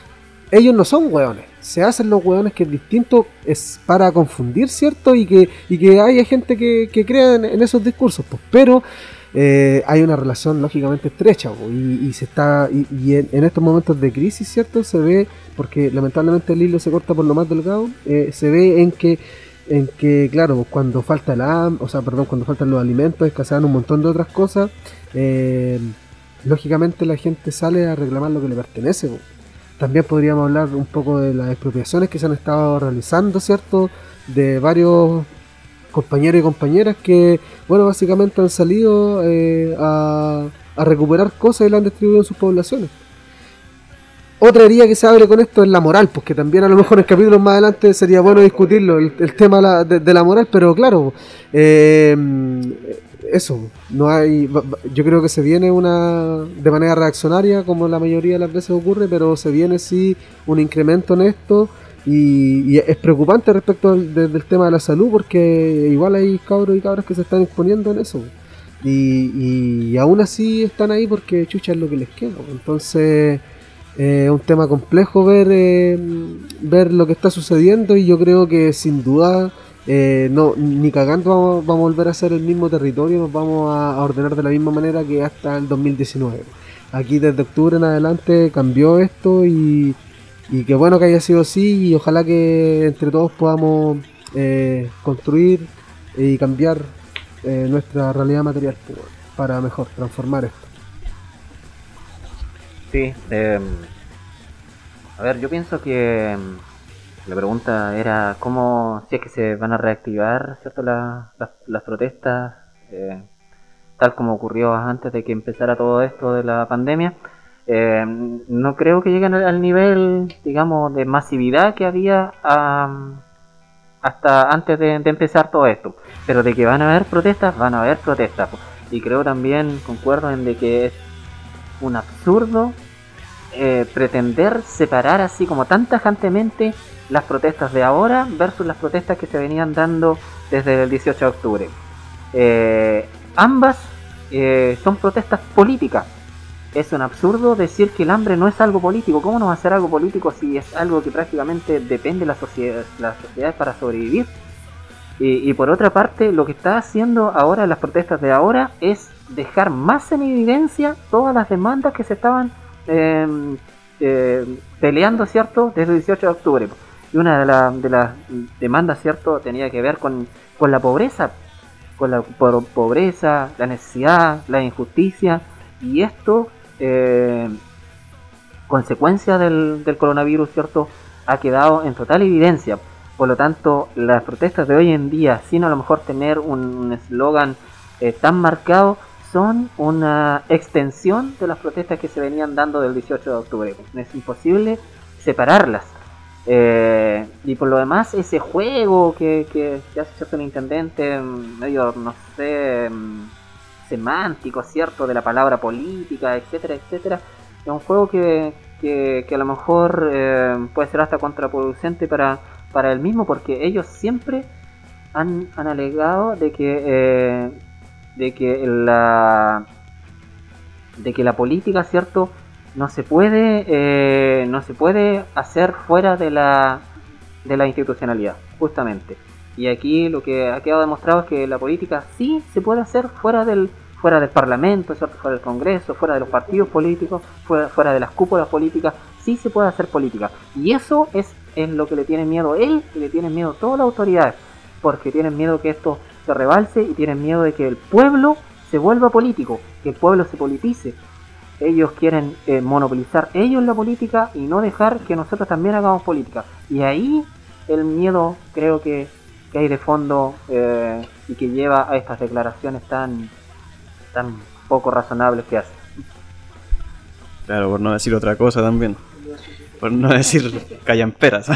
ellos no son hueones, se hacen los hueones, que es distinto, es para confundir, ¿cierto? Y que, y que haya gente que, que crea en, en esos discursos, pues, pero eh, hay una relación lógicamente estrecha, pues, y, y se está y, y en, en estos momentos de crisis, ¿cierto? Se ve, porque lamentablemente el hilo se corta por lo más delgado, eh, se ve en que en que, claro, cuando falta el ham, o sea, perdón, cuando faltan los alimentos, escasean un montón de otras cosas, eh, lógicamente la gente sale a reclamar lo que le pertenece, pues. También podríamos hablar un poco de las expropiaciones que se han estado realizando, ¿cierto? De varios compañeros y compañeras que, bueno, básicamente han salido eh, a, a recuperar cosas y las han distribuido en sus poblaciones. Otra herida que se abre con esto es la moral, porque también a lo mejor en capítulos más adelante sería bueno discutirlo, el, el tema la, de, de la moral, pero claro, eh, eso, no hay, yo creo que se viene una de manera reaccionaria, como la mayoría de las veces ocurre, pero se viene sí un incremento en esto, y, y es preocupante respecto al, de, del tema de la salud, porque igual hay cabros y cabras que se están exponiendo en eso, y, y aún así están ahí porque chucha es lo que les queda. Entonces es eh, un tema complejo ver, eh, ver lo que está sucediendo, y yo creo que sin duda Eh, no, ni cagando vamos, vamos a volver a ser el mismo territorio, nos vamos a, a ordenar de la misma manera que hasta el dos mil diecinueve. Aquí desde octubre en adelante cambió esto, y, y qué bueno que haya sido así, y ojalá que entre todos podamos eh, construir y cambiar eh, nuestra realidad material para mejor, transformar esto. Sí, eh, a ver, yo pienso que la pregunta era cómo, si es que se van a reactivar, ¿cierto?, la, la, las protestas, eh, tal como ocurrió antes de que empezara todo esto de la pandemia. Eh, no creo que lleguen al nivel, digamos, de masividad que había um, hasta antes de, de empezar todo esto. Pero de que van a haber protestas, van a haber protestas. Y creo también, concuerdo en de que es un absurdo eh, pretender separar así como tan tajantemente las protestas de ahora versus las protestas que se venían dando desde el dieciocho de octubre. Eh, ambas eh, son protestas políticas. Es un absurdo decir que el hambre no es algo político. ¿Cómo no va a ser algo político si es algo que prácticamente depende de la sociedad, la sociedad para sobrevivir? Y, y por otra parte, lo que está haciendo ahora las protestas de ahora es dejar más en evidencia todas las demandas que se estaban eh, eh, peleando, ¿cierto?, desde el dieciocho de octubre. Y una de, la, de las demandas, ¿cierto?, tenía que ver con, con la pobreza, con la por, pobreza, la necesidad, la injusticia, y esto, eh, consecuencia del, del coronavirus, ¿cierto?, ha quedado en total evidencia. Por lo tanto, las protestas de hoy en día, sin a lo mejor tener un eslogan eh, tan marcado, son una extensión de las protestas que se venían dando del dieciocho de octubre. Es imposible separarlas. Eh, y por lo demás, ese juego que, que, que hace cierto el intendente, medio, no sé, semántico, ¿cierto?, de la palabra política, etcétera, etcétera, es un juego que, que, que a lo mejor eh, puede ser hasta contraproducente para, para él mismo, porque ellos siempre han, han alegado de que, eh, de que la de que la política, ¿cierto?, no se puede eh, no se puede hacer fuera de la de la institucionalidad, justamente. Y aquí lo que ha quedado demostrado es que la política sí se puede hacer fuera del fuera del Parlamento, ¿cierto?, fuera del Congreso, fuera de los partidos políticos, fuera, fuera de las cúpulas políticas, sí se puede hacer política. Y eso es, es lo que le tiene miedo él, y le tienen miedo todas las autoridades, porque tienen miedo que esto se rebalse y tienen miedo de que el pueblo se vuelva político, que el pueblo se politice. Ellos quieren eh, monopolizar ellos la política y no dejar que nosotros también hagamos política. Y ahí el miedo creo que, que hay de fondo eh, y que lleva a estas declaraciones tan, tan poco razonables que hacen. Claro, por no decir otra cosa también. Por no decir callamperas.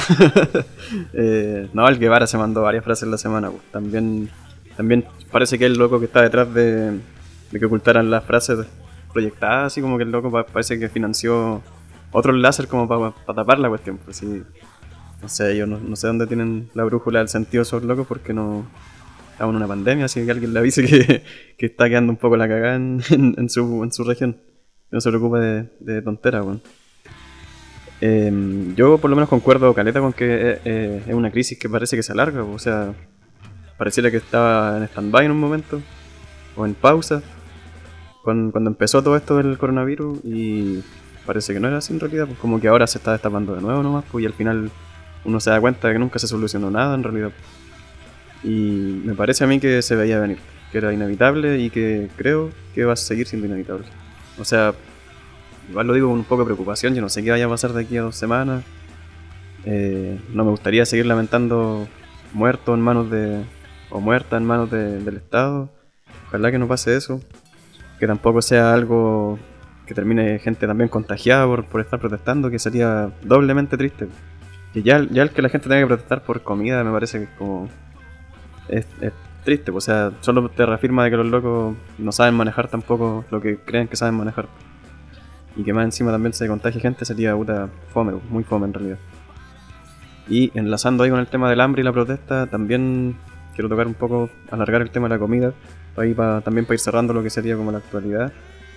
eh, no, el Guevara se mandó varias frases en la semana. Pues. También, también parece que el loco que está detrás de, de que ocultaran las frases proyectadas, así como que el loco parece que financió otros láser como para pa tapar la cuestión. Pues sí, no sé, yo no, no sé dónde tienen la brújula del sentido esos locos, porque no estamos en una pandemia, así que alguien le avise que, que está quedando un poco la cagada en, en, en, su, en su región. No se preocupe de, de tonteras, bueno. Eh, yo por lo menos concuerdo, caleta, con que eh, es una crisis que parece que se alarga. O sea, pareciera que estaba en stand-by en un momento, o en pausa, con, cuando empezó todo esto del coronavirus, y parece que no era así en realidad, pues como que ahora se está destapando de nuevo nomás, pues, y al final uno se da cuenta de que nunca se solucionó nada en realidad. Y me parece a mí que se veía venir, que era inevitable y que creo que va a seguir siendo inevitable. O sea, igual lo digo con un poco de preocupación, yo no sé qué vaya a pasar de aquí a dos semanas. Eh, no me gustaría seguir lamentando muertos en manos de... o muertas en manos de, del Estado. Ojalá que no pase eso. Que tampoco sea algo que termine gente también contagiada por, por estar protestando, que sería doblemente triste. Que ya, ya el que la gente tenga que protestar por comida me parece que es como... Es, es triste, pues, o sea, solo te reafirma de que los locos no saben manejar tampoco lo que creen que saben manejar. Y que más encima también se contagie gente sería puta fome, muy fome en realidad. Y enlazando ahí con el tema del hambre y la protesta, también quiero tocar un poco, alargar el tema de la comida, ahí pa, también para ir cerrando lo que sería como la actualidad.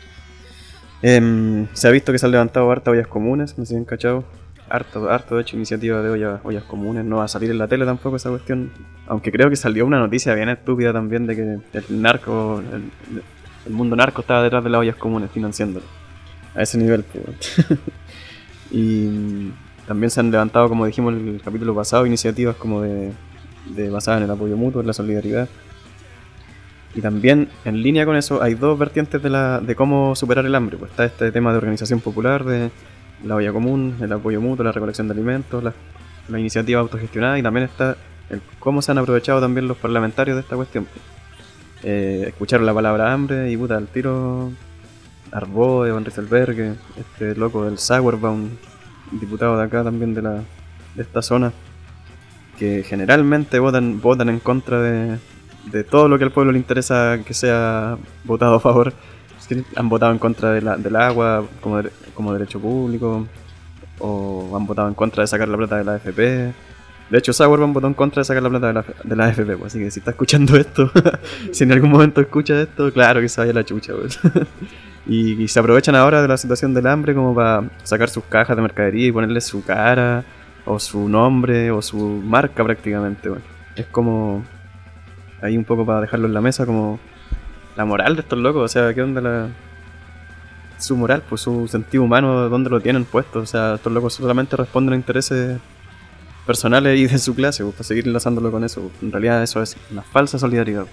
Eh, se ha visto que se han levantado hartas ollas comunes, no sé si han cachado. Harto, harto de hecho, iniciativa de olla, ollas comunes. No va a salir en la tele tampoco esa cuestión. Aunque creo que salió una noticia bien estúpida también de que el narco, el, el mundo narco estaba detrás de las ollas comunes financiándolo. A ese nivel, pues. Y también se han levantado, como dijimos en el capítulo pasado, iniciativas como de, de basadas en el apoyo mutuo, en la solidaridad. Y también, en línea con eso, hay dos vertientes de, la, de cómo superar el hambre. Pues está este tema de organización popular, de la olla común, el apoyo mutuo, la recolección de alimentos, la, la iniciativa autogestionada, y también está el cómo se han aprovechado también los parlamentarios de esta cuestión. Eh, escucharon la palabra hambre y puta, al tiro Arboe, Van Rieselberg, este loco del Sauerbaum, diputado de acá también de, la, de esta zona, que generalmente votan, votan en contra de, de todo lo que al pueblo le interesa que sea votado a favor. Han votado en contra de la, del agua como, de, como derecho público, o han votado en contra de sacar la plata de la A F P. De hecho, Sauerbaum votó en contra de sacar la plata de la, de la A F P, pues, así que si está escuchando esto, si en algún momento escucha esto, claro que se vaya la chucha, pues. y, y se aprovechan ahora de la situación del hambre como para sacar sus cajas de mercadería y ponerle su cara, o su nombre, o su marca prácticamente, pues. Es como... ahí un poco para dejarlo en la mesa, como... la moral de estos locos, o sea, ¿qué onda la... su moral, pues su sentido humano, dónde lo tienen puesto? O sea, estos locos solamente responden a intereses personales y de su clase, pues, para seguir enlazándolo con eso. En realidad eso es una falsa solidaridad.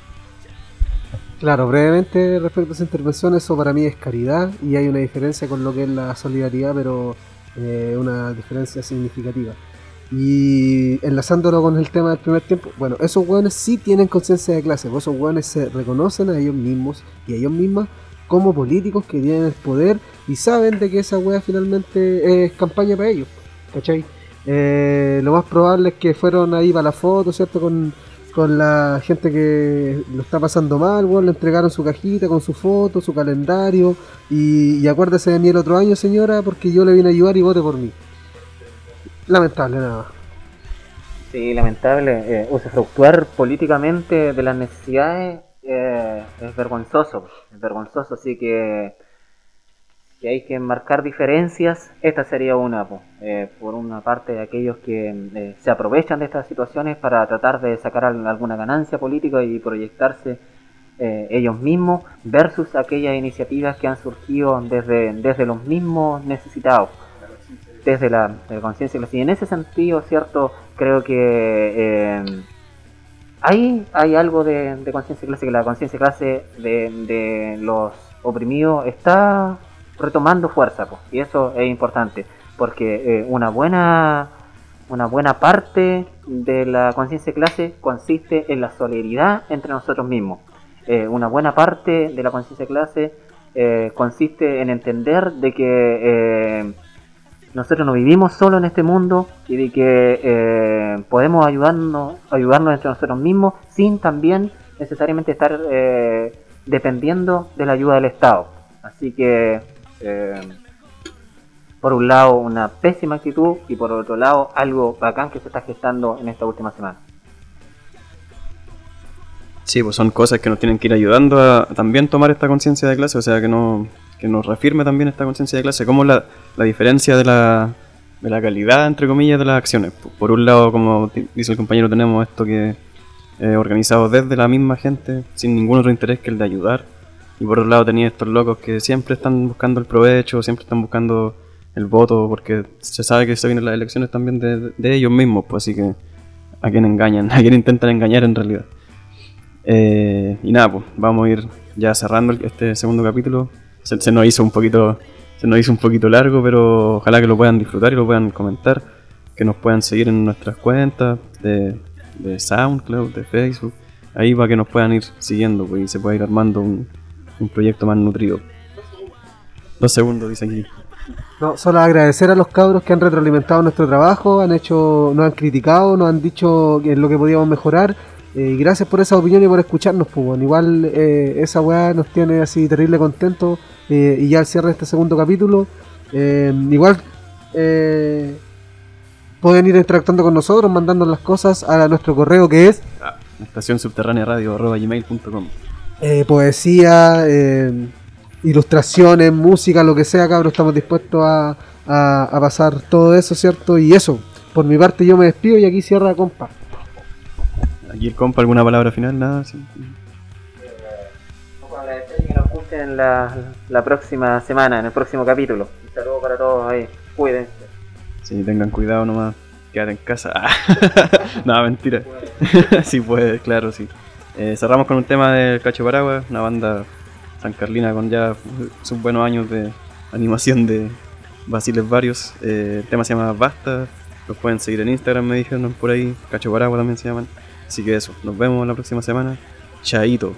Claro, brevemente respecto a esa intervención, eso para mí es caridad, y hay una diferencia con lo que es la solidaridad, pero eh, una diferencia significativa. Y enlazándolo con el tema del primer tiempo, bueno, esos hueones sí tienen conciencia de clase, pues esos hueones se reconocen a ellos mismos y a ellos mismas como políticos que tienen el poder y saben de que esa hueá finalmente es campaña para ellos, ¿cachai? Eh, lo más probable es que fueron ahí para la foto, ¿cierto? Con, con la gente que lo está pasando mal, bueno, le entregaron su cajita con su foto, su calendario, y, y acuérdese de mí el otro año, señora, porque yo le vine a ayudar y vote por mí. Lamentable, nada. Sí, lamentable. Eh, usufructuar políticamente de las necesidades eh, es vergonzoso, es vergonzoso, así que si hay que marcar diferencias, esta sería una, pues, eh, por una parte de aquellos que eh, se aprovechan de estas situaciones para tratar de sacar alguna ganancia política y proyectarse eh, ellos mismos, versus aquellas iniciativas que han surgido desde, desde los mismos necesitados, desde la, la conciencia clase. Y en ese sentido, cierto, creo que eh, hay, hay algo de, de conciencia clase, que la conciencia clase de, de los oprimidos está retomando fuerza, pues, y eso es importante, porque eh, una buena una buena parte de la conciencia clase consiste en la solidaridad entre nosotros mismos. Eh, una buena parte de la conciencia clase eh, consiste en entender de que eh, nosotros no vivimos solo en este mundo y de que eh, podemos ayudarnos ayudarnos entre nosotros mismos sin también necesariamente estar eh, dependiendo de la ayuda del Estado. Así que Eh, por un lado una pésima actitud y por otro lado algo bacán que se está gestando en esta última semana. Sí, pues son cosas que nos tienen que ir ayudando a también tomar esta conciencia de clase, o sea que no, que nos reafirme también esta conciencia de clase, como la, la diferencia de la, de la calidad, entre comillas, de las acciones. Por un lado, como dice el compañero, tenemos esto que eh, organizado desde la misma gente, sin ningún otro interés que el de ayudar. Y por otro lado tenía estos locos que siempre están buscando el provecho, siempre están buscando el voto, porque se sabe que se vienen las elecciones también de, de ellos mismos, pues así que a quién engañan, a quién intentan engañar en realidad. Eh, y nada, pues vamos a ir ya cerrando este segundo capítulo. Se, se nos hizo un poquito, se nos hizo un poquito largo, pero ojalá que lo puedan disfrutar y lo puedan comentar, que nos puedan seguir en nuestras cuentas de, de SoundCloud, de Facebook, ahí para que nos puedan ir siguiendo, pues, y se pueda ir armando un un proyecto más nutrido. Dos segundos, dice aquí. No, solo agradecer a los cabros que han retroalimentado nuestro trabajo, han hecho, nos han criticado, nos han dicho que es lo que podíamos mejorar, eh, y gracias por esa opinión y por escucharnos, pues, bueno. Igual eh, esa weá nos tiene así terrible contentos, eh, y ya al cierre de este segundo capítulo, eh, igual eh, pueden ir interactuando con nosotros, mandando las cosas a nuestro correo que es ah, estación subterránea radio arroba gmail punto com. Eh, poesía, eh, ilustraciones, música, lo que sea, cabros, estamos dispuestos a, a, a pasar todo eso, ¿cierto? Y eso, por mi parte yo me despido y aquí cierra compa. Aquí el compa, ¿alguna palabra final? Nada, sí. Vamos a agradecer y que nos escuchen la, la próxima semana, en el próximo capítulo. Un saludo para todos ahí, cuídense. Sí, tengan cuidado nomás, quédate en casa. No, mentira. Sí puede, claro, sí. Eh, cerramos con un tema de Cacho Paraguas, una banda sancarlina con ya sus buenos años de animación de vaciles varios. Eh, el tema se llama Basta, los pueden seguir en Instagram, me dijeron por ahí, Cacho Paraguas también se llaman. Así que eso, nos vemos la próxima semana. Chaito.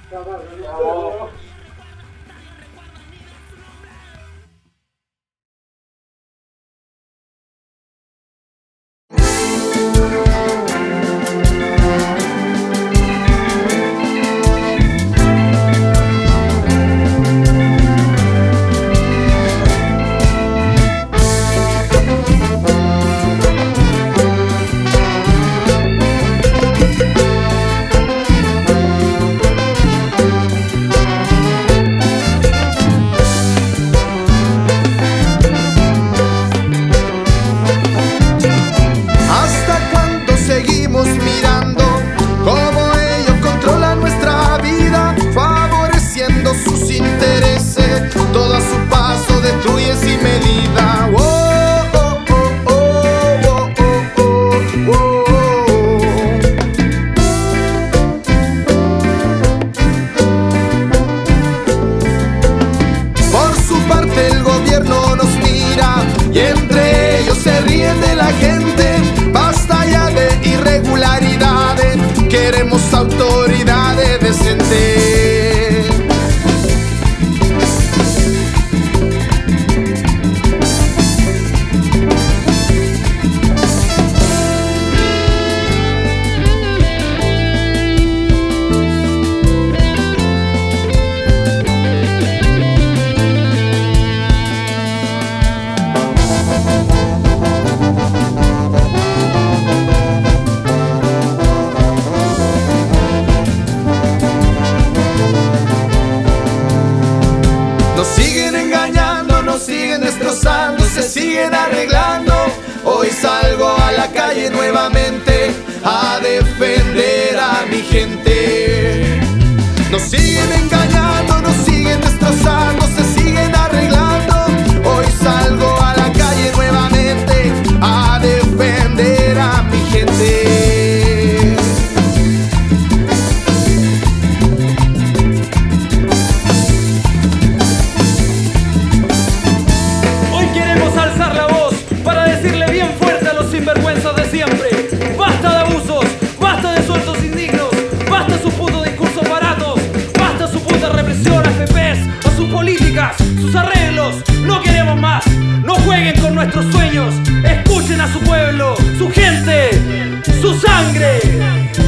Autoridades decentes. Se siguen arreglando. Hoy salgo a la calle nuevamente a defender a mi gente. Nos siguen engañando, nos siguen destrozando, se siguen arreglando. Hoy salgo a la calle nuevamente a defender a mi gente. Hoy queremos alzar la voz para decirle bien fuerte a los sinvergüenzas de siempre: basta de abusos, basta de sueldos indignos, basta sus putos discursos baratos, basta su puta represión a F P S, a sus políticas, sus arreglos. No queremos más, no jueguen con nuestros sueños, escuchen a su pueblo, su gente, su sangre.